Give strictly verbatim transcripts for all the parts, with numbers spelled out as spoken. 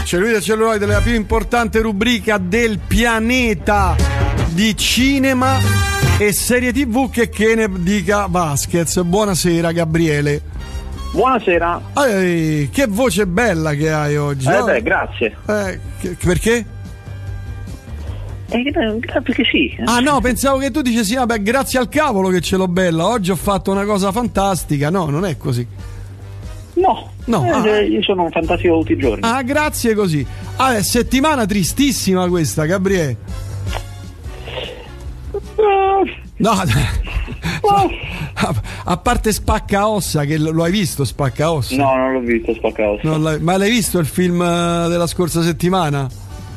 Cellulite e celluloide, la più importante rubrica del pianeta di cinema e serie tivù, che che ne dica Vasquez. Buonasera Gabriele. Buonasera. Ehi, che voce bella che hai oggi. Eh no? beh, grazie. Eh, che, perché? Eh, perché sì. Ah no, pensavo che tu dicessi, vabbè, grazie al cavolo che ce l'ho bella, oggi ho fatto una cosa fantastica. No, non è così. No, no eh, ah. io sono un fantastico tutti i giorni. Ah, grazie così. Ah, settimana tristissima questa, Gabriele. Uh, no, uh. a, a parte Spaccaossa, che lo, lo hai visto Spaccaossa? No, non l'ho visto Spaccaossa. Non l'hai, ma l'hai visto il film della scorsa settimana?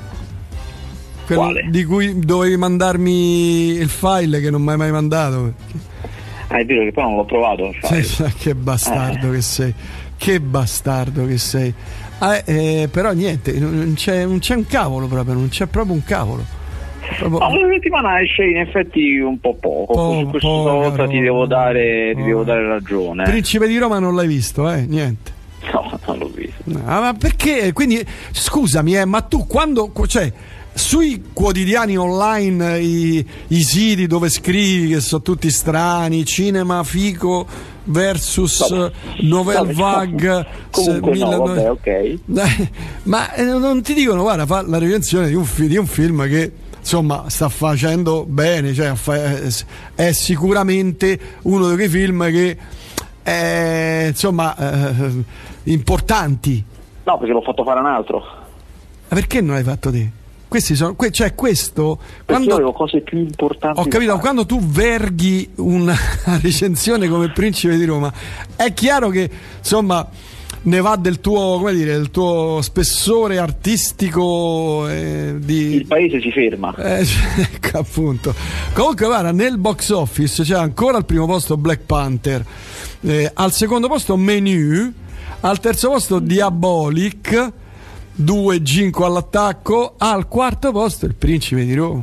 Quello Quale? Di cui dovevi mandarmi il file che non mi hai mai mandato. Ah, è vero che poi non l'ho provato. Sì, che bastardo eh. che sei. Che bastardo che sei. Ah, eh, però niente, non c'è, non c'è un cavolo proprio, non c'è proprio un cavolo. Proprio... Ma una settimana esce in effetti un po' poco. Po- Su questa poca volta ti devo dare, ti devo dare ragione. Principe di Roma non l'hai visto, eh? Niente. No, non l'ho visto. No, ma perché? Quindi, scusami, eh, ma tu quando... Cioè, sui quotidiani online, i, i siti dove scrivi, che sono tutti strani, Cinema Fico versus vabbè. Novel vabbè, Vague, comunque se, no, mille, vabbè, ok. Ma eh, non ti dicono, guarda, fa la recensione di un, fi- di un film che insomma sta facendo bene, cioè è sicuramente uno di quei film che è, insomma eh, importanti. No, perché l'ho fatto fare un altro. Ma perché non l'hai fatto te? Questi sono, que- cioè questo perché quando, io avevo cose più importanti. ho capito, quando tu verghi una recensione come il Principe di Roma, è chiaro che insomma ne va del tuo, come dire, del tuo spessore artistico, eh, di... il paese si ferma. Eh, ecco, appunto. Comunque guarda, nel box office c'è ancora al primo posto Black Panther, eh, al secondo posto Menu, al terzo posto Diabolic, due Ginko all'attacco, al quarto posto il Principe di Roma.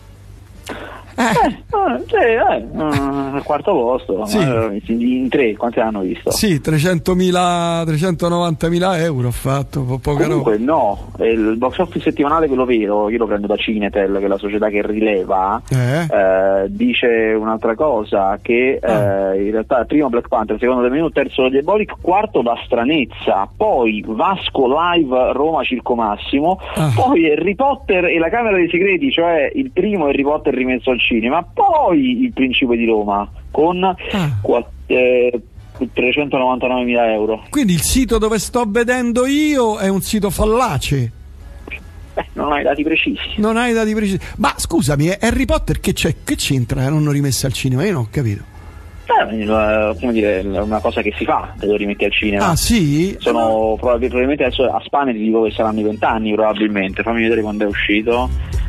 Eh, eh, sì, eh, uh, al quarto posto, sì. uh, in tre, quanti hanno visto? Sì, trecentomila, trecentonovantamila euro ho fatto, po- poca Comunque roba. no, il box office settimanale quello vero, io lo prendo da Cinetel, che è la società che rileva, Eh? eh, dice un'altra cosa, che Ah. eh, in realtà primo Black Panther, secondo The Menu, terzo Diabolic, quarto da Stranezza, poi Vasco Live Roma Circo Massimo, Ah. poi Harry Potter e la Camera dei Segreti, cioè il primo Harry Potter rimesso al cinema, poi il Principe di Roma con Ah. qua- eh, trecentonovantanovemila euro. Quindi il sito dove sto vedendo io è un sito fallace. Beh, non hai dati precisi. Non hai dati precisi. Ma scusami, eh, Harry Potter che, c'è, che c'entra? Non l'ho rimessa al cinema, io non ho capito. Eh, come dire, è una cosa che si fa, te lo rimetti al cinema. Ah sì? Sono probabil- probabilmente adesso a Spane ti dico che saranno i vent'anni probabilmente. Fammi vedere quando è uscito.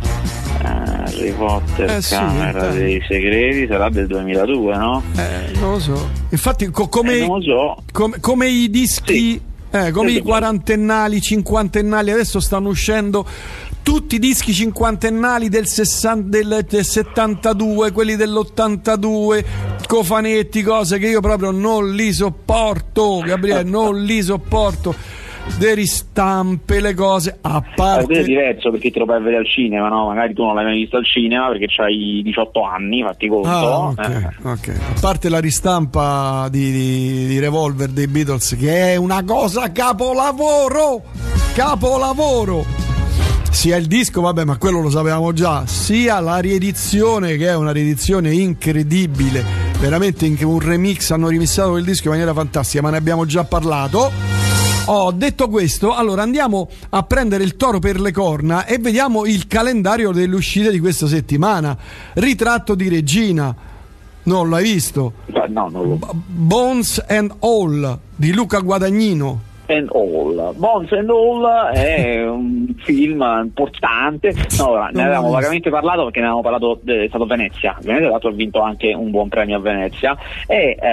Harry Potter, Eh, sì, Camera vent'anni. dei Segreti, sarà del duemiladue, no? Eh, non lo so. Infatti co- come, Eh, non lo so. come, come i dischi, Sì. eh, come Sì, i sì. quarantennali, cinquantennali, adesso stanno uscendo tutti i dischi cinquantennali del, sessanta, del, del settantadue, quelli dell'ottantadue, cofanetti, cose che io proprio non li sopporto, Gabriele, non li sopporto. Le ristampe, le cose, a Eh, parte... quello è diverso perché te lo puoi vedere al cinema, no? Magari tu non l'hai mai visto al cinema perché c'hai diciotto anni, fatti conto. Ah, ok, eh. ok. A parte la ristampa di, di, di Revolver dei Beatles, che è una cosa capolavoro, capolavoro. Sia il disco, vabbè, ma quello lo sapevamo già, sia la riedizione, che è una riedizione incredibile, veramente un remix, hanno rimissato quel disco in maniera fantastica, ma ne abbiamo già parlato. Ho detto questo, allora andiamo a prendere il toro per le corna e vediamo il calendario delle uscite di questa settimana. Ritratto di Regina, non l'hai visto? No, non lo... Bones and All di Luca Guadagnino. and All. Bones and All è un film importante. No, ora, ne avevamo vagamente parlato perché ne avevamo parlato, è stato Venezia. Venezia tra l'altro ha vinto anche un buon premio a Venezia. E eh, allora,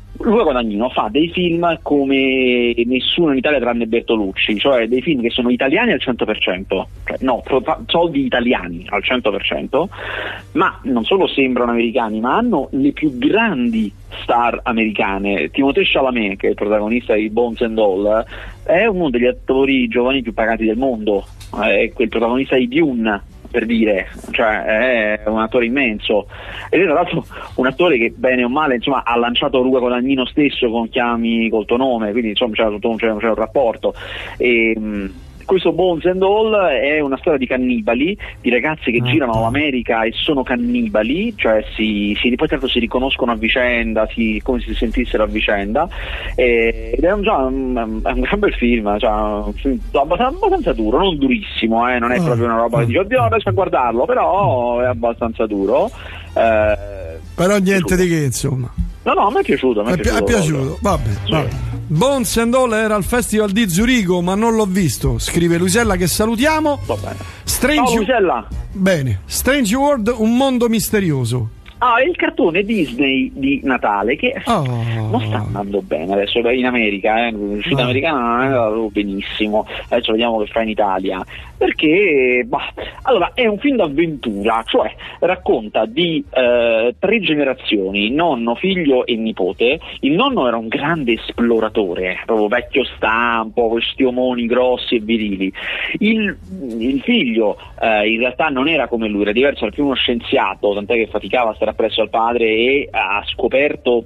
Luca Guadagnino fa dei film come nessuno in Italia tranne Bertolucci, cioè dei film che sono italiani al cento per cento, cioè, no, soldi italiani al cento per cento, ma non solo sembrano americani, ma hanno le più grandi star americane. Timothée Chalamet, che è il protagonista di Bones and All, è uno degli attori giovani più pagati del mondo, è il protagonista di Dune, per dire, cioè è un attore immenso, ed è tra l'altro un attore che bene o male insomma ha lanciato Luca Guadagnino stesso con Chiami col tuo nome, quindi insomma c'era tutto un, c'era, c'era un rapporto. E mh, questo Bones and All è una storia di cannibali, di ragazzi che ah, girano l'America e sono cannibali, cioè si, si poi tanto si riconoscono a vicenda, si, come se si sentissero a vicenda, e, ed è un, già, un, è un gran bel film, cioè, un film abbastanza, abbastanza duro, non durissimo, eh, non è proprio una roba che dice oddio non riesco a guardarlo, però è abbastanza duro. Eh, però niente di che, insomma. No, no, a me è piaciuto. Mi è, è piaciuto, pi- è piaciuto. Vabbè, sì. vabbè. Bones and All era al Festival di Zurigo, ma non l'ho visto. Scrive Luisella, che salutiamo. Va bene. Strange... Ciao Luisella. Bene. Strange World, un mondo misterioso. Ah, è il cartone Disney di Natale che oh. non sta andando bene adesso in America, eh. L'uscita oh. americana non è andato benissimo, adesso vediamo che fa in Italia, perché bah, allora è un film d'avventura, cioè racconta di eh, tre generazioni, nonno, figlio e nipote. Il nonno era un grande esploratore, proprio vecchio stampo, questi omoni grossi e virili. Il, il figlio eh, in realtà non era come lui, era diverso, era più uno scienziato, tant'è che faticava a stare appresso al padre e ha scoperto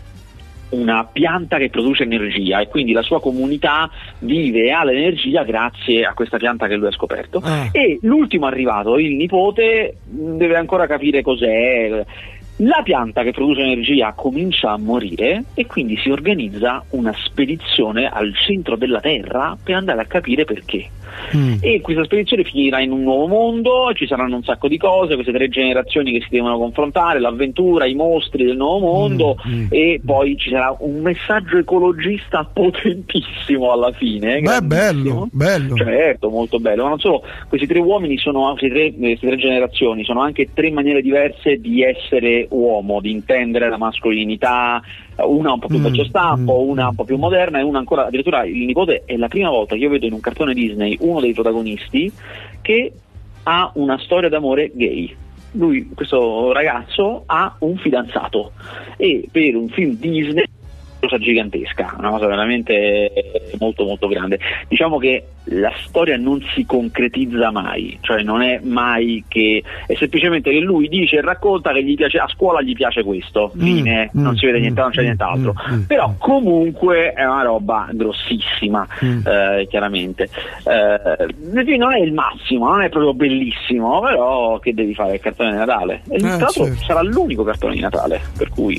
una pianta che produce energia e quindi la sua comunità vive e ha l'energia grazie a questa pianta che lui ha scoperto. Ah. E l'ultimo arrivato, il nipote, deve ancora capire cos'è. La pianta che produce energia comincia a morire e quindi si organizza una spedizione al centro della Terra per andare a capire perché. Mm. E questa spedizione finirà in un nuovo mondo, ci saranno un sacco di cose, queste tre generazioni che si devono confrontare, l'avventura, i mostri del nuovo mondo, mm. Mm. e poi ci sarà un messaggio ecologista potentissimo alla fine. Beh, bello, bello. Certo, molto bello. Ma non solo, questi tre uomini sono anche tre, queste tre generazioni sono anche tre maniere diverse di essere uomo, di intendere la mascolinità, una un po' più vecchio stampo, mm, una un po' più moderna e una ancora, addirittura il nipote è la prima volta che io vedo in un cartone Disney uno dei protagonisti che ha una storia d'amore gay. Lui, questo ragazzo, ha un fidanzato e per un film Disney una cosa gigantesca, una cosa veramente molto molto grande. Diciamo che la storia non si concretizza mai, cioè non è mai che è semplicemente che lui dice e racconta che gli piace, a scuola gli piace questo, fine, mm, non mm, si vede niente, non c'è nient'altro, mm, però comunque è una roba grossissima, mm. eh, chiaramente. Eh, non è il massimo, non è proprio bellissimo, però che devi fare, il cartone di Natale, e tra l'altro certo. sarà l'unico cartone di Natale, per cui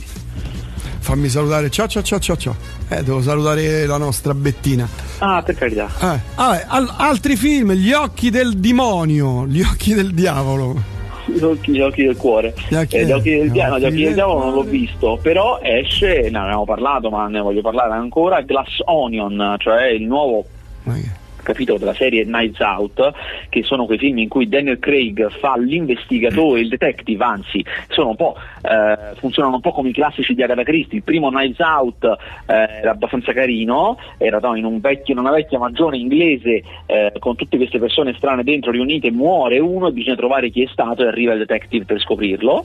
fammi salutare, ciao ciao ciao ciao ciao. Eh, devo salutare la nostra Bettina. Ah, per carità. Eh, vabbè, al- altri film, Gli occhi del demonio, Gli occhi del diavolo. Gli occhi, gli occhi del cuore. Gli occhi, eh, gli occhi del, dia- no, gli occhi del diavolo non l'ho visto, però esce, ne abbiamo parlato, ma ne voglio parlare ancora, Glass Onion, cioè il nuovo okay. capitolo della serie Knives Out, che sono quei film in cui Daniel Craig fa l'investigatore, il detective, anzi sono un po' eh, funzionano un po' come i classici di Agatha Christie. Il primo Knives Out eh, era abbastanza carino, era no, in, un vecchio, in una vecchia magione inglese eh, con tutte queste persone strane dentro riunite, muore uno e bisogna trovare chi è stato e arriva il detective per scoprirlo,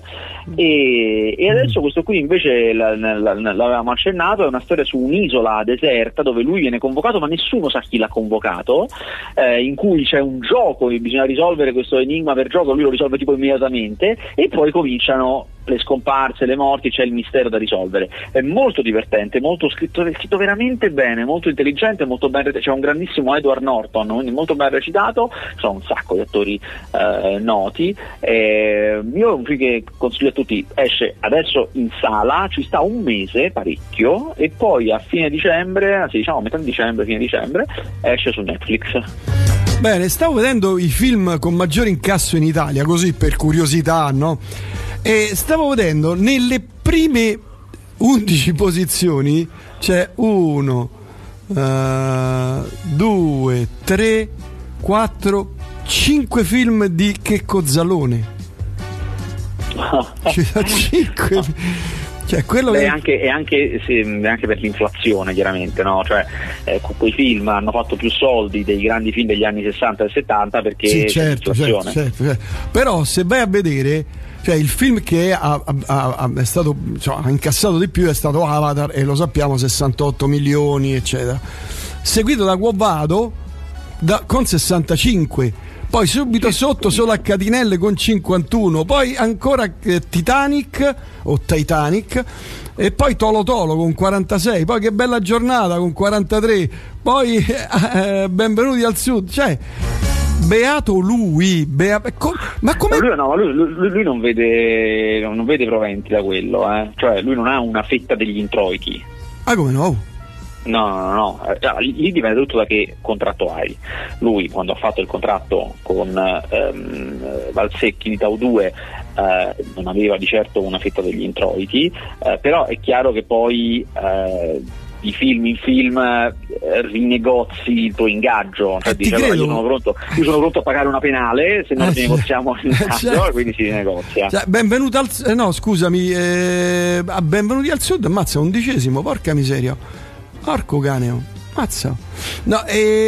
e, e adesso questo qui invece l- l- l- l'avevamo accennato, è una storia su un'isola deserta dove lui viene convocato ma nessuno sa chi l'ha convocato, Eh, in cui c'è un gioco e bisogna risolvere questo enigma per gioco, lui lo risolve tipo immediatamente e poi cominciano le scomparse, le morti, c'è il mistero da risolvere. È molto divertente, molto scritto, scritto veramente bene, molto intelligente, molto ben recitato. C'è un grandissimo Edward Norton, quindi molto ben recitato, sono un sacco di attori eh, noti. Eh, io un film che consiglio a tutti, esce adesso in sala, ci sta un mese, parecchio, e poi a fine dicembre, anzi diciamo a metà dicembre, fine dicembre, esce su Netflix. Bene, stavo vedendo i film con maggiore incasso in Italia, così per curiosità, no? E stavo vedendo nelle prime undici posizioni c'è uno, uh, due, tre, quattro, cinque film di Checco Zalone. Ci sono cinque. Cioè, quello Beh, che... è anche, è anche, sì, è anche per l'inflazione, chiaramente, no? Cioè, eh, quei film hanno fatto più soldi dei grandi film degli anni sessanta e settanta perché sì, c'è certo, l'inflazione. certo, certo, certo. Però se vai a vedere, cioè il film che ha, ha, ha, è stato, cioè, ha incassato di più è stato Avatar, e lo sappiamo, sessantotto milioni eccetera, seguito da Quo Vado da, con sessantacinque, poi subito sotto solo a catinelle con cinquantuno, poi ancora eh, Titanic o Titanic, e poi Tolo Tolo con quarantasei, poi Che bella giornata con quarantatré, poi eh, Benvenuti al Sud, cioè beato lui, bea... Com... ma come lui, no, lui, lui, lui non vede non vede proventi da quello, eh? Cioè lui non ha una fetta degli introiti. Ah, come no? No, no, no, no. Lì dipende tutto da che contratto hai. Lui, quando ha fatto il contratto con ehm, Valsecchi di Tau due, eh, non aveva di certo una fetta degli introiti, eh, però è chiaro che poi eh, di film in film eh, rinegozi il tuo ingaggio, cioè, eh, dice, allora, io, sono pronto, io sono pronto a pagare una penale se non eh, rinegoziamo il ingaggio, certo. E quindi si rinegozia. Cioè, benvenuto al eh, no scusami eh, Benvenuti al Sud, ammazza, undicesimo, porca miseria, porco caneo, mazza. No,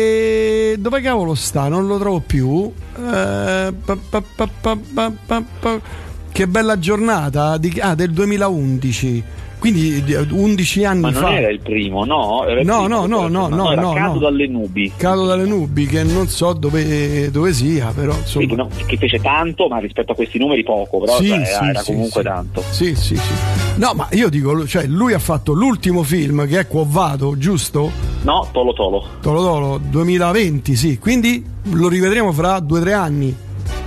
e dove cavolo sta? Non lo trovo più. Eh, pa, pa, pa, pa, pa, pa, pa. Che bella giornata di, ah, del duemilaundici, quindi undici anni Ma fa. non era il primo, no? Era il no, primo, no, no, no, no, era no, Cado no. dalle nubi. Cado dalle nubi, che non so dove, dove sia, però insomma. Sì, no, che fece tanto, ma rispetto a questi numeri poco, però sì, cioè, sì, era sì, comunque sì. tanto. Sì, sì, sì. No, ma io dico, cioè lui ha fatto l'ultimo film che è Quo Vado, giusto? No, Tolo Tolo. Tolo Tolo, duemilaventi, sì, quindi lo rivedremo fra due o tre anni.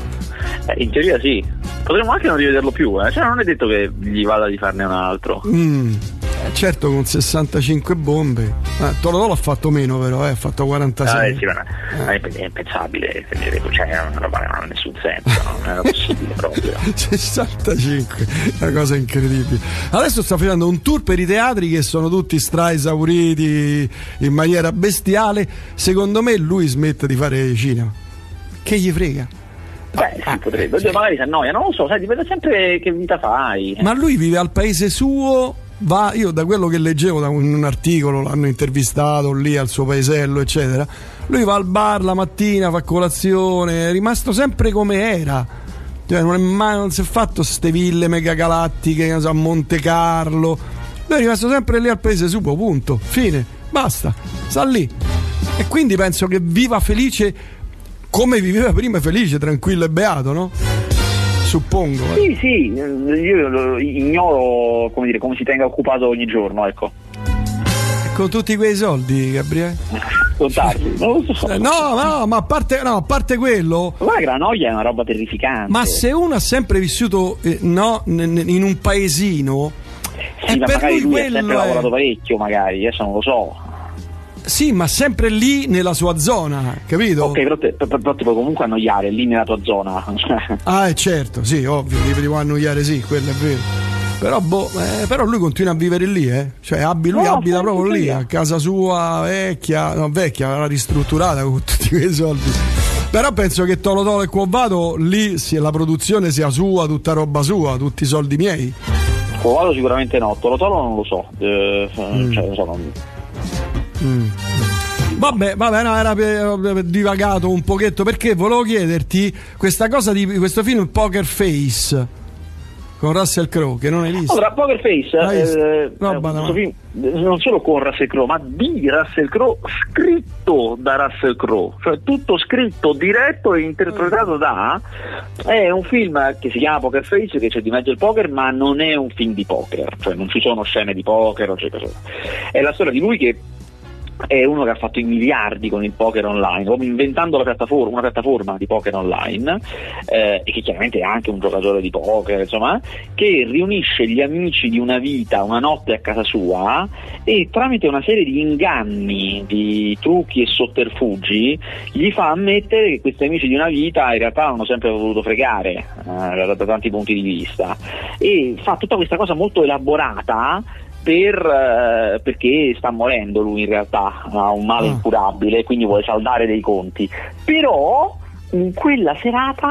Eh, in teoria sì. Potremmo anche non rivederlo più, eh. Cioè non è detto che gli vada di farne un altro. Mm. Eh, certo, con sessantacinque bombe. Eh, Tolo Tolo ha fatto meno, però, eh, ha fatto quarantasei. Ah, eh, sì, ma eh. è impensabile, cioè è una roba che non ha nessun senso, non era possibile proprio. sessantacinque, una cosa incredibile. Adesso sta facendo un tour per i teatri che sono tutti stra esauriti in maniera bestiale. Secondo me lui smette di fare cinema. Che gli frega? Beh, si potrebbe, sì. Magari si annoia, non lo so, sai, dipende sempre che vita fai. Ma lui vive al paese suo, va, io da quello che leggevo da un, un articolo, l'hanno intervistato lì al suo paesello, eccetera. Lui va al bar la mattina, fa colazione, è rimasto sempre come era. Cioè, non, è mai, non si è fatto ste ville megagalattiche, non so, a Monte Carlo. Lui è rimasto sempre lì al paese suo, punto, fine, basta, sta lì. E quindi penso che viva felice come viveva prima, felice, tranquillo e beato, no? Suppongo. Eh. Sì, sì, io ignoro, come dire, come si tenga occupato ogni giorno, ecco. E con tutti quei soldi, Gabriele? Contarli, non lo so. No, no, ma a parte, no, a parte quello. Guarda che la noia è una roba terrificante. Ma se uno ha sempre vissuto eh, no, in un paesino, sì, è ma per magari lui, lui quello ha sempre è... lavorato parecchio, magari, adesso non lo so. Sì, ma sempre lì nella sua zona, capito? Ok, però, te, però ti puoi comunque annoiare lì nella tua zona. Ah, è certo, sì, ovvio, ti devo annoiare, sì, quello è vero. Però, boh, eh, però lui continua a vivere lì, eh? Cioè, abbi, lui no, abita proprio lì, via. a casa sua vecchia, no, vecchia, l'ha ristrutturata con tutti quei soldi. Però penso che Tolo Tolo e Quo Vado lì sia, la produzione sia sua, tutta roba sua, tutti i soldi miei. Quo Vado sicuramente no, Tolo Tolo non lo so. Eh, mm. Cioè, non so, non... Mm. Vabbè, vabbè, no, era per, per divagato un pochetto, perché volevo chiederti questa cosa di questo film Poker Face con Russell Crowe, che non hai visto. Allora, Poker Face eh, no, è un film non solo con Russell Crowe, ma di Russell Crowe, scritto da Russell Crowe, cioè tutto scritto, diretto e interpretato da. È un film che si chiama Poker Face, che c'è di mezzo il poker, ma non è un film di poker, cioè non ci sono scene di poker, cioè, è la storia di lui che è uno che ha fatto i miliardi con il poker online, proprio inventando la piattaforma, una piattaforma di poker online, eh, e che chiaramente è anche un giocatore di poker, insomma, che riunisce gli amici di una vita una notte a casa sua e tramite una serie di inganni, di trucchi e sotterfugi gli fa ammettere che questi amici di una vita in realtà hanno sempre voluto fregare, eh, da tanti punti di vista, e fa tutta questa cosa molto elaborata Per, eh, perché sta morendo lui in realtà, ha un male incurabile, quindi vuole saldare dei conti. Però in quella serata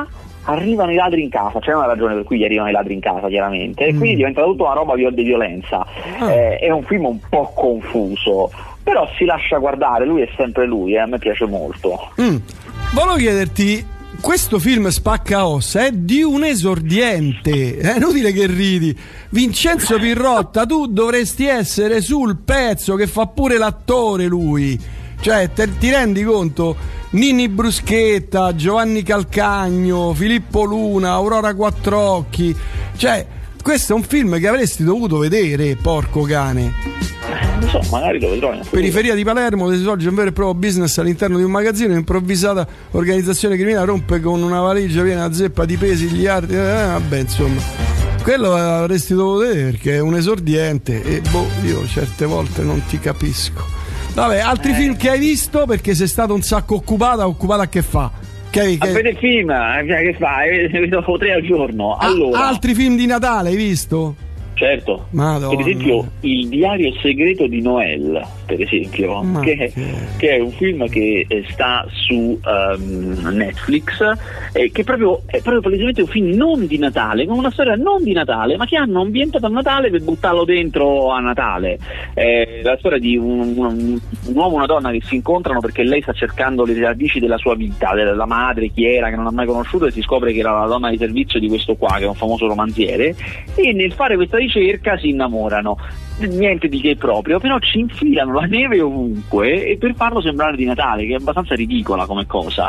arrivano i ladri in casa, c'è una ragione per cui gli arrivano i ladri in casa chiaramente, e quindi mm. diventa tutto una roba di violenza. Ah. Eh, è un film un po' confuso, però si lascia guardare, lui è sempre lui, eh, a me piace molto. Mm. Volevo chiederti, questo film Spacca Ossa è di un esordiente, è inutile che ridi, Vincenzo Pirrotta, tu dovresti essere sul pezzo, che fa pure l'attore lui, cioè te, ti rendi conto? Ninni Bruschetta, Giovanni Calcagno, Filippo Luna, Aurora Quattrocchi, cioè questo è un film che avresti dovuto vedere, porco cane. Non so, magari lo vedrò. Periferia di Palermo, dove si svolge un vero e proprio business all'interno di un magazzino. Un'improvvisata organizzazione criminale rompe con una valigia piena zeppa di pesi, gli arti. Eh, vabbè, insomma, quello avresti dovuto vedere perché è un esordiente. E boh, io certe volte non ti capisco. Vabbè, altri eh. film che hai visto? Perché sei stato un sacco occupata, occupata a che fa? Che, che... A vedere film, che fai? Ne vedo tre al giorno. Allora. Ah, altri film di Natale hai visto? Certo. Madonna. Per esempio Il diario segreto di Noel, per esempio, che, che... che è un film che sta su um, Netflix, eh, che proprio, è proprio palesemente un film non di Natale, con una storia non di Natale, ma che hanno ambientato a Natale per buttarlo dentro a Natale. È la storia di un, un, un uomo e una donna che si incontrano perché lei sta cercando le radici della sua vita, della madre, chi era, che non ha mai conosciuto, e si scopre che era la donna di servizio di questo qua, che è un famoso romanziere, e nel fare questa ricerca si innamorano. Niente di che proprio, però ci infilano la neve ovunque, e per farlo sembrare di Natale, che è abbastanza ridicola come cosa.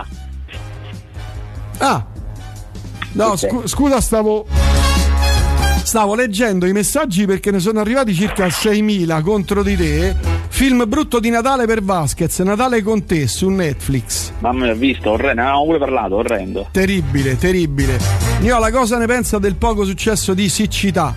Ah, no, scu- scusa, stavo stavo leggendo i messaggi perché ne sono arrivati circa seimila contro di te. Film brutto di Natale per Vasquez, Natale con te su Netflix. Mamma mia, ho visto, orrendo, ne avevamo pure parlato, orrendo. Terribile, terribile. Io la cosa ne pensa del poco successo di Siccità?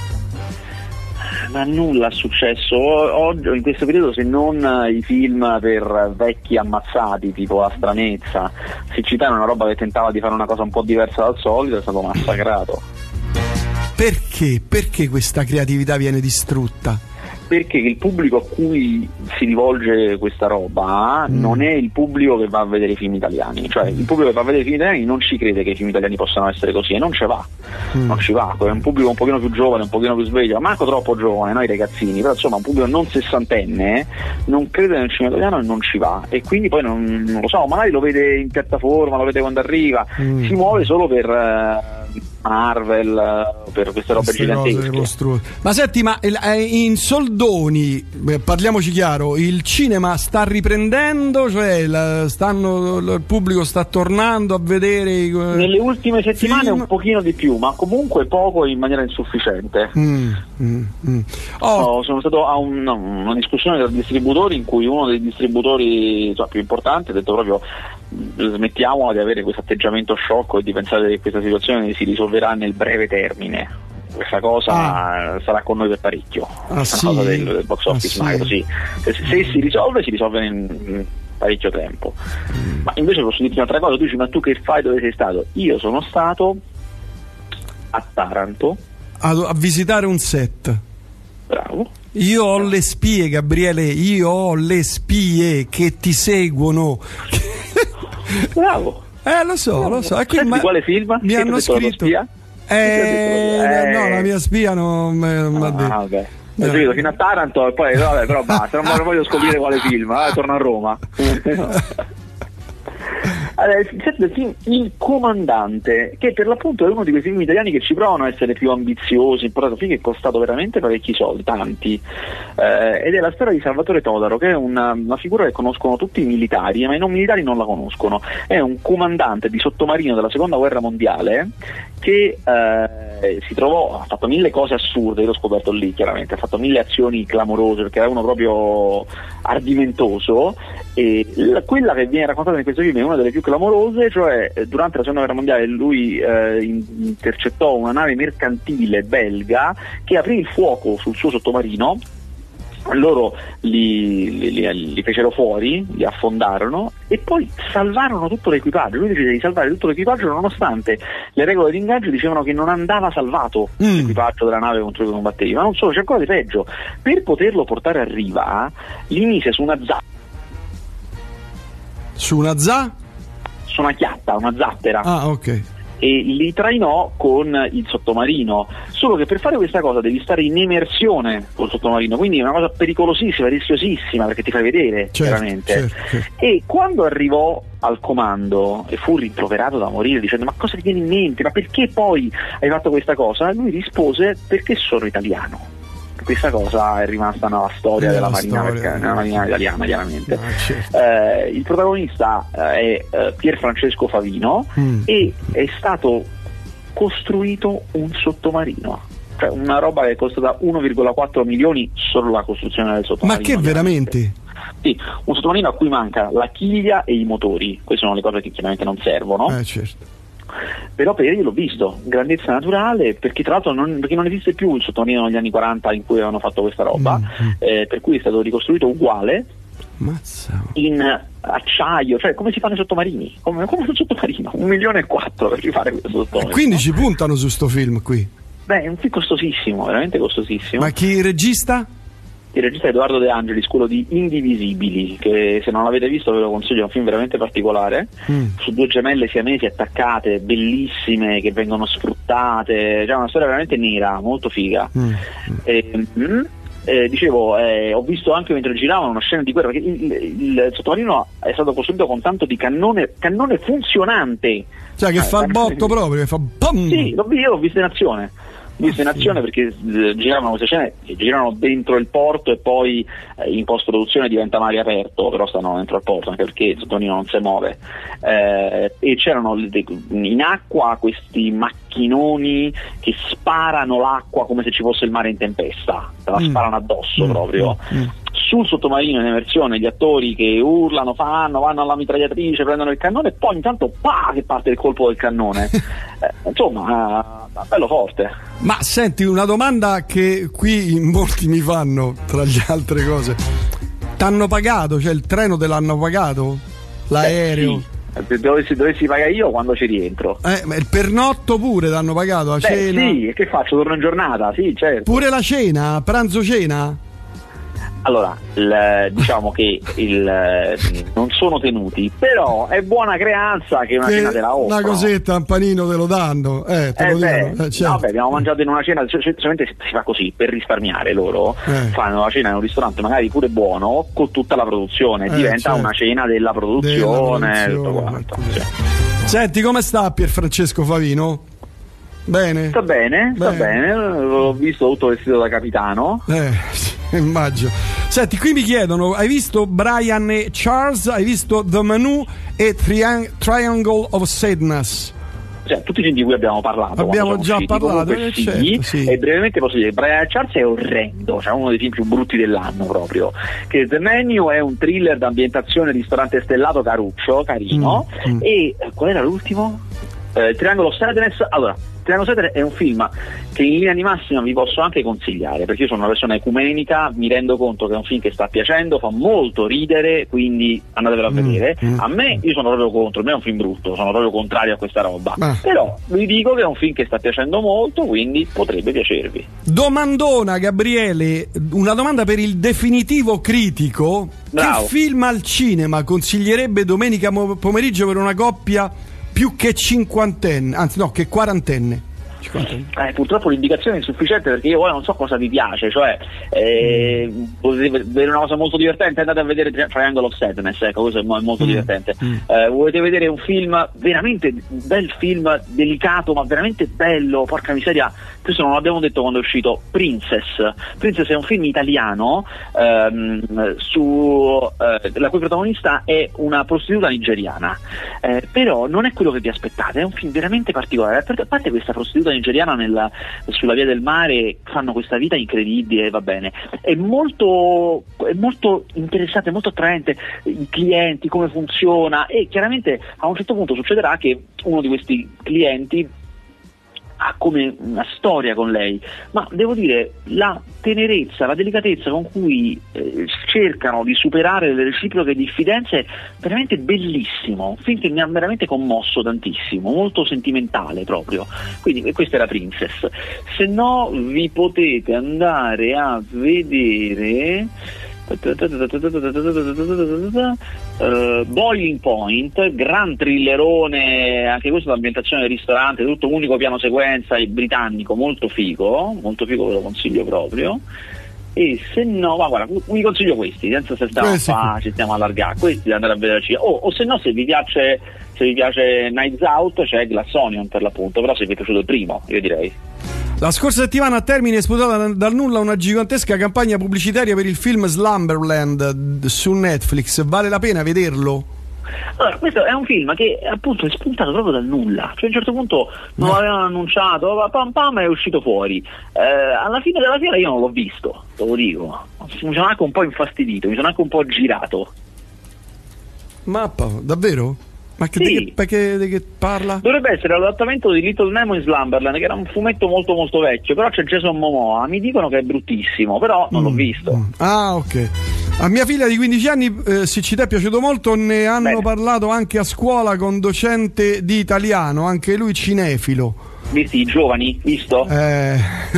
Ma nulla è successo oggi in questo periodo, se non i film per vecchi ammazzati tipo La Stranezza. Siccità è una roba che tentava di fare una cosa un po' diversa dal solito, è stato massacrato. Perché? Perché questa creatività viene distrutta? Perché il pubblico a cui si rivolge questa roba mm. non è il pubblico che va a vedere i film italiani, cioè il pubblico che va a vedere i film italiani non ci crede che i film italiani possano essere così, e non ci va, mm. non ci va, è un pubblico un pochino più giovane, un pochino più sveglio, manco troppo giovane, noi ragazzini, però insomma un pubblico non sessantenne non crede nel cinema italiano e non ci va, e quindi poi non, non lo so, magari lo vede in piattaforma, lo vede quando arriva, mm. si muove solo per uh, Marvel, per queste robe queste gigantesche. Ma senti, ma in soldoni, parliamoci chiaro, il cinema sta riprendendo, cioè la, stanno, il pubblico sta tornando a vedere i, nelle ultime settimane film? Un pochino di più, ma comunque poco, in maniera insufficiente. mm, mm, mm. Oh. No, sono stato a un, no, una discussione tra distributori in cui uno dei distributori, cioè, più importanti ha detto proprio: smettiamo di avere questo atteggiamento sciocco e di pensare che questa situazione si risolverà nel breve termine. Questa cosa ah. sarà con noi per parecchio. Ah, una sì? cosa del, del box office, ah, sì. Se, se si risolve, si risolve in, in parecchio tempo. Mm. Ma invece posso dirti un'altra cosa, tu dici: ma tu che fai, dove sei stato? Io sono stato a Taranto a, a visitare un set. Bravo. Io ho le spie, Gabriele, io ho le spie che ti seguono. Bravo. Eh, lo so, lo so. Senti, ma... quale film? Mi hanno scritto. Eh, eh, no, la mia spia non mi ha detto. Ah, ok. Ho capito, fino a Taranto e poi vabbè, però basta, non voglio scoprire quale film, eh, torno a Roma. Allora, il film Il Comandante, che per l'appunto è uno di quei film italiani che ci provano a essere più ambiziosi, un film che è costato veramente parecchi soldi, tanti, eh, ed è la storia di Salvatore Todaro, che è una, una figura che conoscono tutti i militari, ma i non militari non la conoscono. È un comandante di sottomarino della seconda guerra mondiale che eh, si trovò, ha fatto mille cose assurde, io l'ho scoperto lì chiaramente, ha fatto mille azioni clamorose perché era uno proprio ardimentoso, e la, quella che viene raccontata in questo film è una delle più clamorose, cioè durante la seconda guerra mondiale lui eh, intercettò una nave mercantile belga che aprì il fuoco sul suo sottomarino. Loro li, li, li, li fecero fuori, li affondarono e poi salvarono tutto l'equipaggio. Lui decise di salvare tutto l'equipaggio nonostante le regole di ingaggio dicevano che non andava salvato mm. l'equipaggio della nave contro cui combattevi. Ma non solo, c'è ancora di peggio: per poterlo portare a riva li mise su una zattera. Su una za? Su una chiatta, una zattera. Ah, ok. e li trainò con il sottomarino, solo che per fare questa cosa devi stare in immersione col sottomarino, quindi è una cosa pericolosissima, rischiosissima, perché ti fai vedere, certo, veramente. Certo, certo. E quando arrivò al comando e fu rimproverato da morire dicendo ma cosa ti viene in mente, ma perché poi hai fatto questa cosa? Lui rispose perché sono italiano. Questa cosa è rimasta nella storia nella della marina, storia, perché, nella marina italiana, chiaramente. No, certo. eh, il protagonista eh, è eh, Pier Francesco Favino mm. e è stato costruito un sottomarino, cioè una roba che è costata uno virgola quattro milioni solo la costruzione del sottomarino. Ma che veramente? Sì, un sottomarino a cui manca la chiglia e i motori, queste sono le cose che chiaramente non servono. Eh, certo. Però per io l'ho visto, grandezza naturale, perché tra l'altro non, perché non esiste più il sottomarino negli anni quaranta in cui avevano fatto questa roba, mm-hmm. eh, per cui è stato ricostruito uguale. Mazza. In acciaio, cioè come si fanno i sottomarini, come, come un sottomarino, un milione e quattro per rifare questo sottomarino. Quindi ci puntano su sto film qui? Beh, è un film costosissimo, veramente costosissimo. Ma chi regista? Il regista è Edoardo De Angelis, quello di Indivisibili, che se non l'avete visto ve lo consiglio, è un film veramente particolare, mm. su due gemelle siamesi attaccate, bellissime, che vengono sfruttate, cioè una storia veramente nera, molto figa. Mm. E, mm, eh, dicevo, eh, ho visto anche mentre giravano una scena di guerra, perché il, il, il sottomarino è stato costruito con tanto di cannone, cannone funzionante. Cioè che eh, fa il botto proprio, che fa BAM! Sì, l'ho, io l'ho visto in azione. Visto in azione perché eh, giravano queste scene che girano dentro il porto e poi eh, in post produzione diventa mare aperto, però stanno dentro il porto anche perché il sottomarino non si muove, eh, e c'erano in acqua questi macchinoni che sparano l'acqua come se ci fosse il mare in tempesta, se la mm. sparano addosso mm. proprio mm. sul sottomarino in emersione, gli attori che urlano, fanno, vanno alla mitragliatrice, prendono il cannone e poi intanto pa che parte il colpo del cannone. eh, insomma eh, bello forte. Ma senti, una domanda che qui in molti mi fanno, tra le altre cose: t'hanno pagato? Cioè il treno te l'hanno pagato? L'aereo? Eh, sì. Dovessi, dovessi pagare io quando ci rientro. Eh, ma il pernotto pure t'hanno pagato? La Beh, cena? Sì, e che faccio? Torno in giornata, sì, certo. Pure la cena? Pranzo cena? Allora, il, diciamo che il, non sono tenuti, però è buona creanza che una che cena te la offrono. Una cosetta, un panino te lo danno. Eh, te eh lo beh, dicono. Eh, certo. No, beh, abbiamo mangiato in una cena, solitamente si fa così, per risparmiare loro, eh. fanno la cena in un ristorante magari pure buono, con tutta la produzione, eh, diventa certo. una cena della produzione. Della tutto quanto, sì. Senti, come sta Pier Francesco Favino? Bene? Sta bene, sta bene, bene. L'ho visto tutto vestito da capitano. Eh, sì, immagino. Senti, qui mi chiedono, hai visto Brian e Charles, hai visto The Menu e Triang- Triangle of Sadness? Cioè, tutti i film di cui abbiamo parlato. Abbiamo già usciti, parlato, eh, sì, certo, sì. E brevemente posso dire, Brian Charles è orrendo, cioè uno dei film più brutti dell'anno proprio. Che The Menu è un thriller d'ambientazione ristorante stellato caruccio, carino. Mm, mm. E qual era l'ultimo? Eh, Triangle of Sadness. Allora, Triangle of Sadness è un film che in linea di massima vi posso anche consigliare, perché io sono una persona ecumenica, mi rendo conto che è un film che sta piacendo, fa molto ridere, quindi andatevelo a vedere. Mm, mm. A me, io sono proprio contro, a me è un film brutto, sono proprio contrario a questa roba, ah. però vi dico che è un film che sta piacendo molto, quindi potrebbe piacervi. Domandona, Gabriele, una domanda per il definitivo critico. Bravo. Che film al cinema consiglierebbe domenica pomeriggio per una coppia più che cinquantenne, anzi no, che quarantenne? Eh, purtroppo l'indicazione è insufficiente, perché io poi non so cosa vi piace, cioè eh, mm. potete vedere una cosa molto divertente, andate a vedere Triangle of Sadness, ecco, questo è molto mm. divertente. Mm. Eh, volete vedere un film veramente bel film, delicato ma veramente bello, porca miseria, questo non l'abbiamo detto quando è uscito, Princess. Princess è un film italiano ehm, su eh, la cui protagonista è una prostituta nigeriana, eh, però non è quello che vi aspettate, è un film veramente particolare, a parte questa prostituta nigeriana nella, sulla via del mare, fanno questa vita incredibile, va bene, è molto, è molto interessante, molto attraente, i clienti, come funziona, e chiaramente a un certo punto succederà che uno di questi clienti ha come una storia con lei, ma devo dire la tenerezza, la delicatezza con cui eh, cercano di superare le reciproche diffidenze è veramente bellissimo, un film che mi ha veramente commosso tantissimo, molto sentimentale proprio, quindi questa era Princess. Se no vi potete andare a vedere Uh, Boiling Point, gran thrillerone, anche questo d'ambientazione del ristorante, tutto unico piano sequenza, britannico, molto figo, molto figo, ve lo consiglio proprio. E se no, ma guarda, vi consiglio questi, senza se stiamo, sì. qua, ci stiamo a allargare, questi da andare a vedere. Oh, o se no, se vi piace se vi piace Knives Out, c'è Glass Onion per l'appunto, però se vi è piaciuto il primo, io direi. La scorsa settimana a Termini è esplodata dal nulla una gigantesca campagna pubblicitaria per il film Slumberland su Netflix. Vale la pena vederlo? Allora, questo è un film che appunto è spuntato proprio dal nulla, cioè a un certo punto non no. l'avevano annunciato, pam pam è uscito fuori. Eh, alla fine della fiera io non l'ho visto, te lo dico. Mi sono anche un po' infastidito, mi sono anche un po' girato. Mappa, davvero? Ma che, sì. di, che, perché, di che parla? Dovrebbe essere l'adattamento di Little Nemo in Slumberland, che era un fumetto molto molto vecchio, però c'è Jason Momoa, mi dicono che è bruttissimo, però non mm. l'ho visto. Mm. Ah, ok. A mia figlia di quindici anni eh, siccità è piaciuto molto, ne hanno Bene. parlato anche a scuola con docente di italiano, anche lui cinefilo. Visti i giovani, visto? Eh...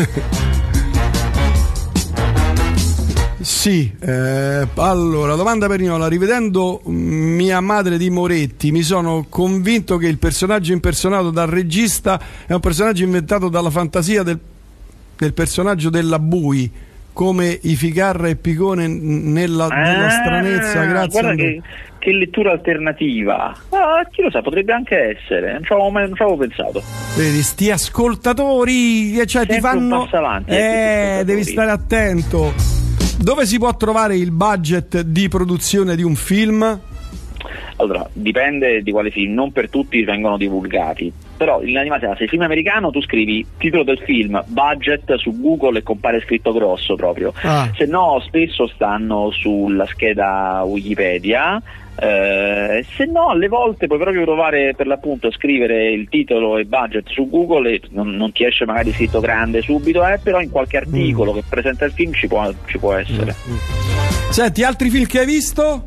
Sì, eh, allora, domanda per Niola. Rivedendo Mia madre di Moretti, mi sono convinto che il personaggio impersonato dal regista è un personaggio inventato dalla fantasia del, del personaggio della Bui, come i Ficarra e Picone nella, ah, nella stranezza. Grazie. Guarda che, che lettura alternativa. Ah, chi lo sa, potrebbe anche essere. Non ci avevo, non ci avevo pensato. Vedi, sti ascoltatori, cioè Sempre ti fanno. Un passo avanti, eh, devi stare attento. Dove si può trovare il budget di produzione di un film? Allora, dipende di quale film, non per tutti vengono divulgati, però in animazione, se il film è americano tu scrivi titolo del film, budget su Google e compare scritto grosso proprio, ah. se no spesso stanno sulla scheda Wikipedia. Eh, se no alle volte puoi proprio provare per l'appunto a scrivere il titolo e budget su Google e non, non ti esce magari scritto grande subito, eh, però in qualche articolo mm. che presenta il film ci può, ci può essere. Mm. Senti, altri film che hai visto?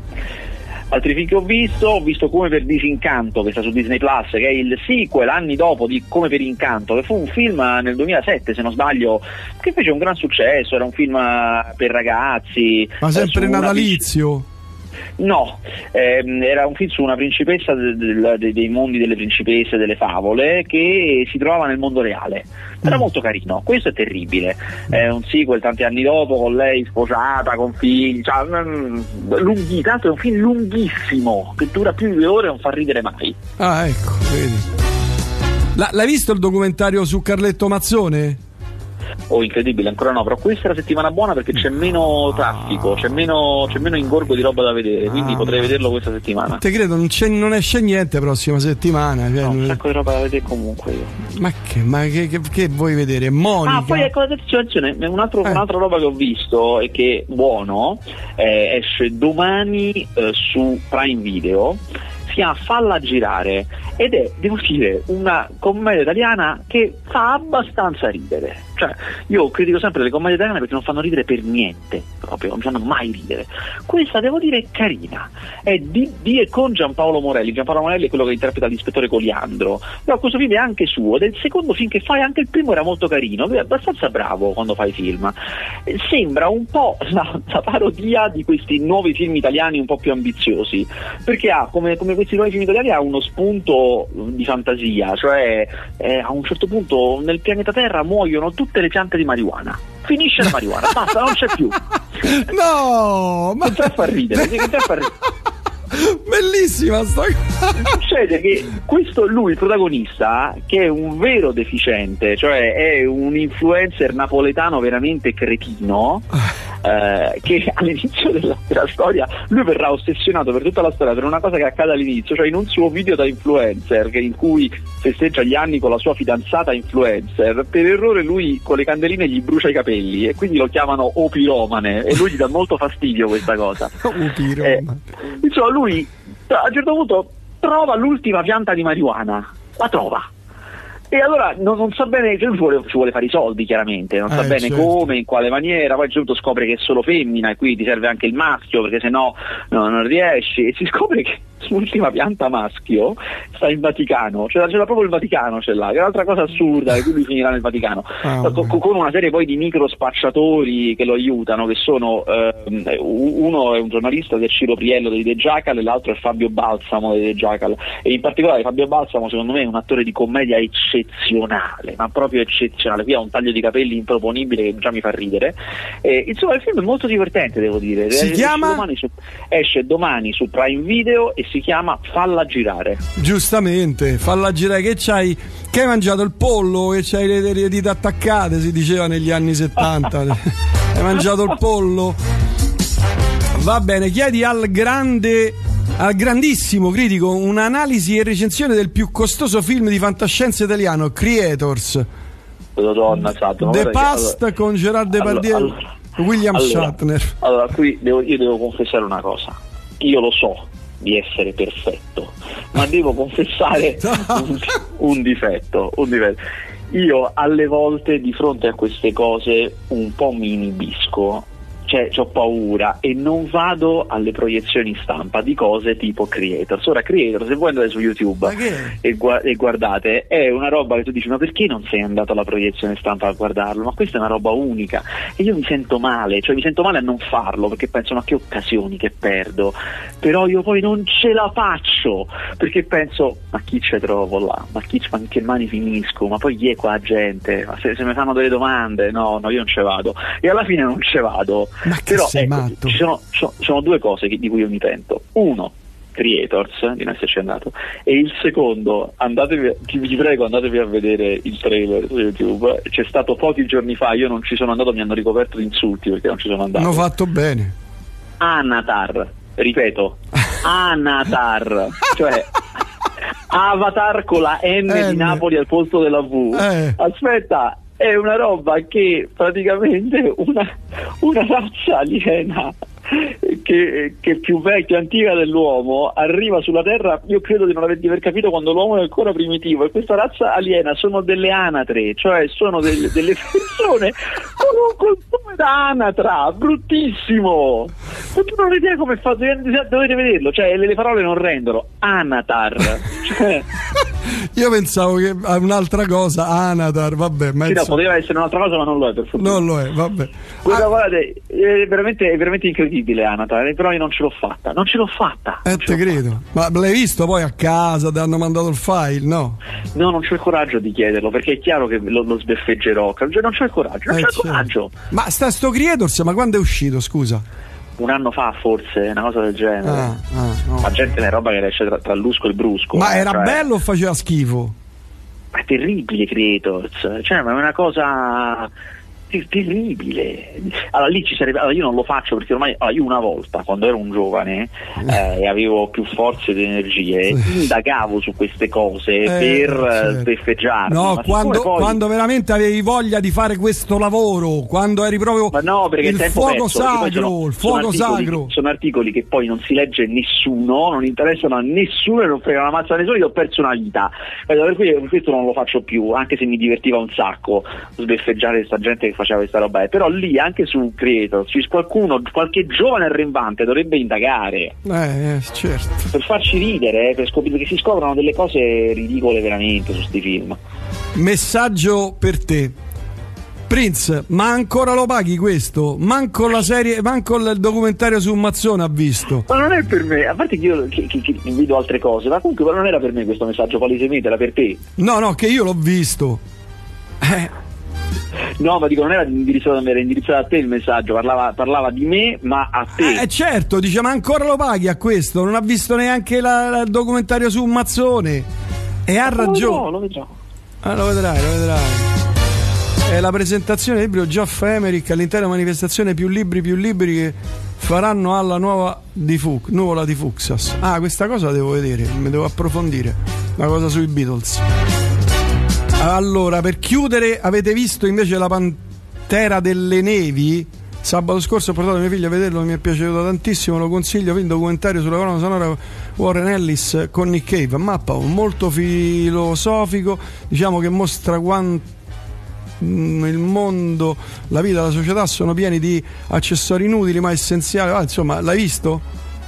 Altri film che ho visto, ho visto Come per Disincanto, che sta su Disney Plus, che è il sequel anni dopo di Come per Incanto, che fu un film nel duemilasette se non sbaglio, che fece un gran successo, era un film per ragazzi. Ma sempre natalizio? No, ehm, era un film su una principessa de, de, de, dei mondi delle principesse, delle favole, che si trovava nel mondo reale. Era mm. molto carino, questo è terribile. È un sequel tanti anni dopo, con lei sposata, con figli, cioè, lunghi, tanto è un film lunghissimo, che dura più di due ore e non fa ridere mai. Ah, ecco, vedi. La, l'hai visto il documentario su Carletto Mazzone? Oh, incredibile, ancora no, però questa è la settimana buona perché c'è meno traffico, c'è meno, c'è meno ingorgo di roba da vedere, quindi ah, potrei vederlo questa settimana. Te credo, non, c'è, non esce niente la prossima settimana. Cioè, no, un sacco di roba da vedere comunque io. Ma che, ma che, che, che vuoi vedere? Monica? Ah, poi ecco, attenzione, un altro, eh. un'altra roba che ho visto e che è buono, eh, esce domani eh, su Prime Video, si chiama Falla girare ed è, devo dire, una commedia italiana che fa abbastanza ridere. Cioè, io critico sempre le commedie italiane perché non fanno ridere per niente, proprio, non fanno mai ridere. Questa, devo dire, è carina. È di, di e con Giampaolo Morelli. Giampaolo Morelli è quello che interpreta l'ispettore Coliandro. Però questo film è anche suo, ed è il secondo film che fa, e anche il primo era molto carino. Lui è abbastanza bravo quando fa i film. Sembra un po' la, la parodia di questi nuovi film italiani un po' più ambiziosi, perché ha, come, come questi nuovi film italiani, ha uno spunto di fantasia, cioè eh, a un certo punto nel pianeta Terra muoiono tutte le piante di marijuana, finisce la marijuana, basta, non c'è più. No, ma che fa ridere, che fa ridere. Bellissima sta cosa. Succede che questo, lui il protagonista, che è un vero deficiente, cioè è un influencer napoletano veramente cretino, eh, che all'inizio della, della storia lui verrà ossessionato per tutta la storia per una cosa che accade all'inizio, cioè in un suo video da influencer che in cui festeggia gli anni con la sua fidanzata influencer, per errore lui con le candeline gli brucia i capelli e quindi lo chiamano opiromane e lui gli dà molto fastidio questa cosa. eh, insomma lui a un certo punto trova l'ultima pianta di marijuana, la trova e allora non, non sa bene, cioè, ci, vuole, ci vuole fare i soldi chiaramente, non eh, sa bene certo. come, in quale maniera, poi a un certo punto scopre che è solo femmina e quindi ti serve anche il maschio perché sennò no, non riesci, e si scopre che l'ultima pianta maschio sta in Vaticano, cioè c'è proprio il Vaticano, c'è là, che è un'altra cosa assurda, e quindi finirà nel Vaticano, ah, con, con una serie poi di micro spacciatori che lo aiutano, che sono eh, uno è un giornalista del Ciro Priello dei The Jackal e l'altro è Fabio Balsamo dei The Jackal, e in particolare Fabio Balsamo secondo me è un attore di commedia eccezionale, ma proprio eccezionale. Qui ha un taglio di capelli improponibile che già mi fa ridere, e, insomma il film è molto divertente, devo dire. Si esce chiama? Domani su, esce domani su Prime Video e si chiama Falla girare. Giustamente, falla girare. Che c'hai? Che hai mangiato il pollo? Che c'hai le, le dita attaccate, si diceva negli anni settanta. Hai mangiato il pollo? Va bene, chiedi al grande, al grandissimo critico un'analisi e recensione del più costoso film di fantascienza italiano, Creators. Donna, esatto. The Past, allora, con Gerard Depardieu, allora, allora, William allora, Shatner. Allora, qui devo, io devo confessare una cosa. Io lo so di essere perfetto, ma devo confessare un, un difetto, un difetto. Io alle volte di fronte a queste cose un po' mi inibisco, cioè ho paura e non vado alle proiezioni stampa di cose tipo Creators. Ora Creators, se voi andate su YouTube e, gu- e guardate, è una roba che tu dici ma perché non sei andato alla proiezione stampa a guardarlo? Ma questa è una roba unica e io mi sento male, cioè mi sento male a non farlo perché penso ma che occasioni che perdo, però io poi non ce la faccio perché penso ma chi ci trovo là, ma, chi, ma in che mani finisco, ma poi chi è qua gente, ma se, se mi fanno delle domande no, no io non ce vado e alla fine non ce vado. Ma che però sei ecco, matto? Ci sono, sono, sono due cose che, di cui io mi pento. Uno, Creators, di non esserci andato, e il secondo, andatevi, vi prego andatevi a vedere il trailer su YouTube, c'è stato pochi giorni fa, io non ci sono andato, mi hanno ricoperto di insulti perché non ci sono andato. Hanno fatto bene. Anatar, ripeto, Anatar, cioè Avatar con la N, N di Napoli al posto della V. Eh. Aspetta, è una roba che praticamente una, una razza aliena che, che è più vecchia, antica dell'uomo, arriva sulla Terra. Io credo di non aver, di aver capito quando l'uomo è ancora primitivo, e questa razza aliena sono delle anatre, cioè sono delle, delle persone con un costume da anatra bruttissimo. Ma tu non hai idea come fa, dovete vederlo, cioè le, le parole non rendono. Anatar, cioè io pensavo che a un'altra cosa, Anatar, vabbè, ma sì, no, poteva essere un'altra cosa, ma non lo è, per fortuna. Non lo è, vabbè. Guarda, ah. guardate, è veramente, è veramente incredibile Anatar, però io non ce l'ho fatta, non ce l'ho fatta. Eh, te credo. Fatta. Ma l'hai visto poi a casa, ti hanno mandato il file, no? No, non c'ho il coraggio di chiederlo, perché è chiaro che lo, lo sbeffeggerò, cioè, non c'ho il coraggio, non eh, c'ho il coraggio. Ma sta sto Creators, ma quando è uscito, scusa? Un anno fa forse, una cosa del genere. Ah, ah, no. Ma gente è roba che esce tra, tra l'usco e il brusco. Ma eh, era cioè... bello o faceva schifo? Ma è terribile Creators, cioè ma è una cosa terribile. Allora lì ci sarebbe, allora io non lo faccio perché ormai allora, io una volta quando ero un giovane eh, e avevo più forze ed energie indagavo su queste cose eh, per sbeffeggiarmi. No, quando, poi... quando veramente avevi voglia di fare questo lavoro, quando eri proprio ma no, perché il fuoco perso, sacro, sono, il fuoco sono sacro. Sono articoli che poi non si legge nessuno, non interessano a nessuno e non fregano una mazza a nessuno, io ho perso una vita. Per cui questo non lo faccio più, anche se mi divertiva un sacco sbeffeggiare questa gente che faceva questa roba, però lì anche su Creators qualcuno, qualche giovane arrembante dovrebbe indagare eh, eh, certo, per farci ridere, eh, per scoprire che si scoprono delle cose ridicole veramente su sti film. Messaggio per te, Prince, ma ancora lo paghi questo? Manco la serie, manco il documentario su Mazzone ha visto. Ma non è per me, a parte che io che, che, che vedo altre cose, ma comunque non era per me questo messaggio palesemente, era per te. No, no, che io l'ho visto. Eh No, ma dico, non era indirizzato a me, era indirizzato a te il messaggio, parlava, parlava di me, ma a te. Eh certo, dice, ma ancora lo paghi a questo? Non ha visto neanche la, la, il documentario su Mazzone. E ha ragione. No, lo vedrò. Ah, lo vedrai, lo vedrai. È la presentazione del libro Geoff Emerick all'intera manifestazione Più Libri Più Libri che faranno alla nuova di Fu- nuvola di Fuxas. Ah, questa cosa la devo vedere, mi devo approfondire. La cosa sui Beatles. Allora, per chiudere, avete visto invece La Pantera delle Nevi? Sabato scorso ho portato mio figlio a vederlo, mi è piaciuto tantissimo, lo consiglio, il documentario sulla colonna sonora Warren Ellis con Nick Cave, mappa molto filosofico, diciamo che mostra quanto il mondo, la vita, la società sono pieni di accessori inutili ma essenziali. Ah, insomma, l'hai visto?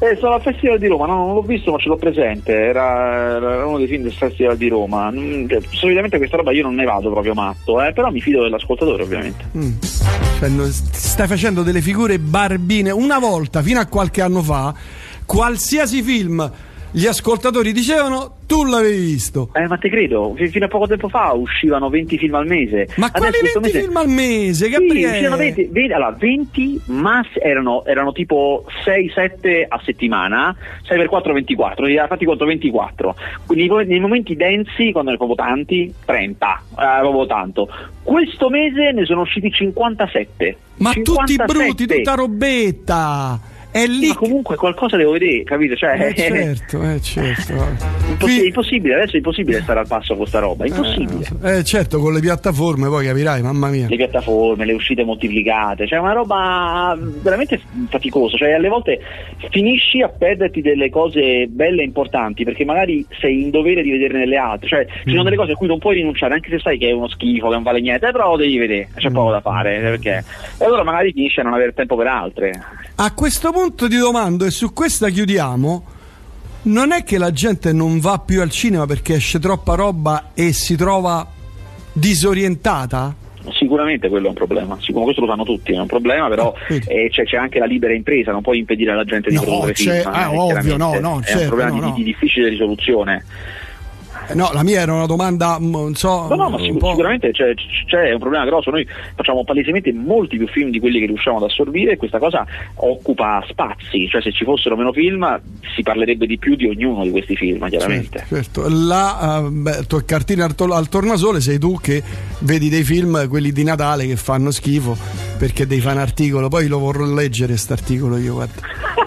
Eh, sono al Festival di Roma, no, non l'ho visto ma ce l'ho presente, era, era uno dei film del Festival di Roma. Mm, solitamente questa roba io non ne vado proprio matto, eh, però mi fido dell'ascoltatore ovviamente. Mm. Cioè, stai facendo delle figure barbine. Una volta, fino a qualche anno fa, qualsiasi film gli ascoltatori dicevano tu l'avevi visto. Eh, ma te credo, fino a poco tempo fa uscivano venti film al mese. Ma quali venti mese... film al mese? Gabriele? Sì, uscivano venti, venti, allora, venti, ma erano, erano tipo sei sette a settimana, sei per quattro ventiquattro, fatti conto ventiquattro. Quindi nei momenti densi, quando ne proprio tanti, trenta, eh, proprio tanto. Questo mese ne sono usciti cinquantasette. Ma cinquantasette. Tutti brutti, tutta robetta. È lì. Ma comunque qualcosa devo vedere, capito? Cioè, eh certo, eh certo. Imposs- è impossibile, adesso è impossibile stare al passo con sta roba, è impossibile. Eh, eh certo, con le piattaforme poi capirai, mamma mia. Le piattaforme, le uscite moltiplicate, cioè una roba veramente faticosa, cioè alle volte finisci a perderti delle cose belle e importanti perché magari sei in dovere di vederne delle altre, cioè ci sono mm. delle cose a cui non puoi rinunciare anche se sai che è uno schifo, che non vale niente, eh, però lo devi vedere, c'è mm. poco da fare, perché e allora magari finisci a non avere tempo per altre. A questo punto ti domando, e su questa chiudiamo, non è che la gente non va più al cinema perché esce troppa roba e si trova disorientata? Sicuramente quello è un problema, siccome questo lo sanno tutti, è un problema, però eh, c'è, c'è anche la libera impresa, non puoi impedire alla gente di no, produrre film, eh, ovvio, no, no, è certo, un problema no, di, no. di difficile risoluzione. No, la mia era una domanda, non so. No, no, ma sic- sicuramente c'è, c'è un problema grosso. Noi facciamo palesemente molti più film di quelli che riusciamo ad assorbire e questa cosa occupa spazi, cioè se ci fossero meno film si parlerebbe di più di ognuno di questi film, chiaramente. Certo, certo. La uh, beh, tua cartina al, to- al tornasole sei tu che vedi dei film, quelli di Natale, che fanno schifo perché devi fare un articolo, poi lo vorrò leggere st'articolo io, guarda.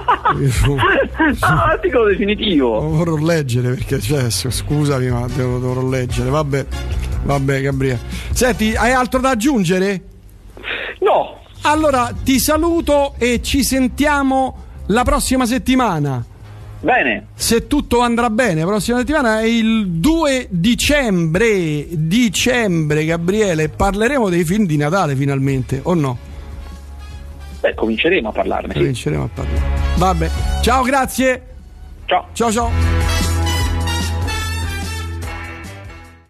Ah, articolo definitivo. Lo vorrò leggere perché cioè, scusami ma devo, dovrò leggere. Vabbè, vabbè Gabriele. Senti, hai altro da aggiungere? No. Allora ti saluto e ci sentiamo la prossima settimana. Bene. Se tutto andrà bene, la prossima settimana è il due dicembre. Dicembre, Gabriele, parleremo dei film di Natale finalmente, o no? Beh, cominceremo a parlarne. Sì. Cominceremo a parlarne. Vabbè. Ciao, grazie. Ciao. Ciao ciao.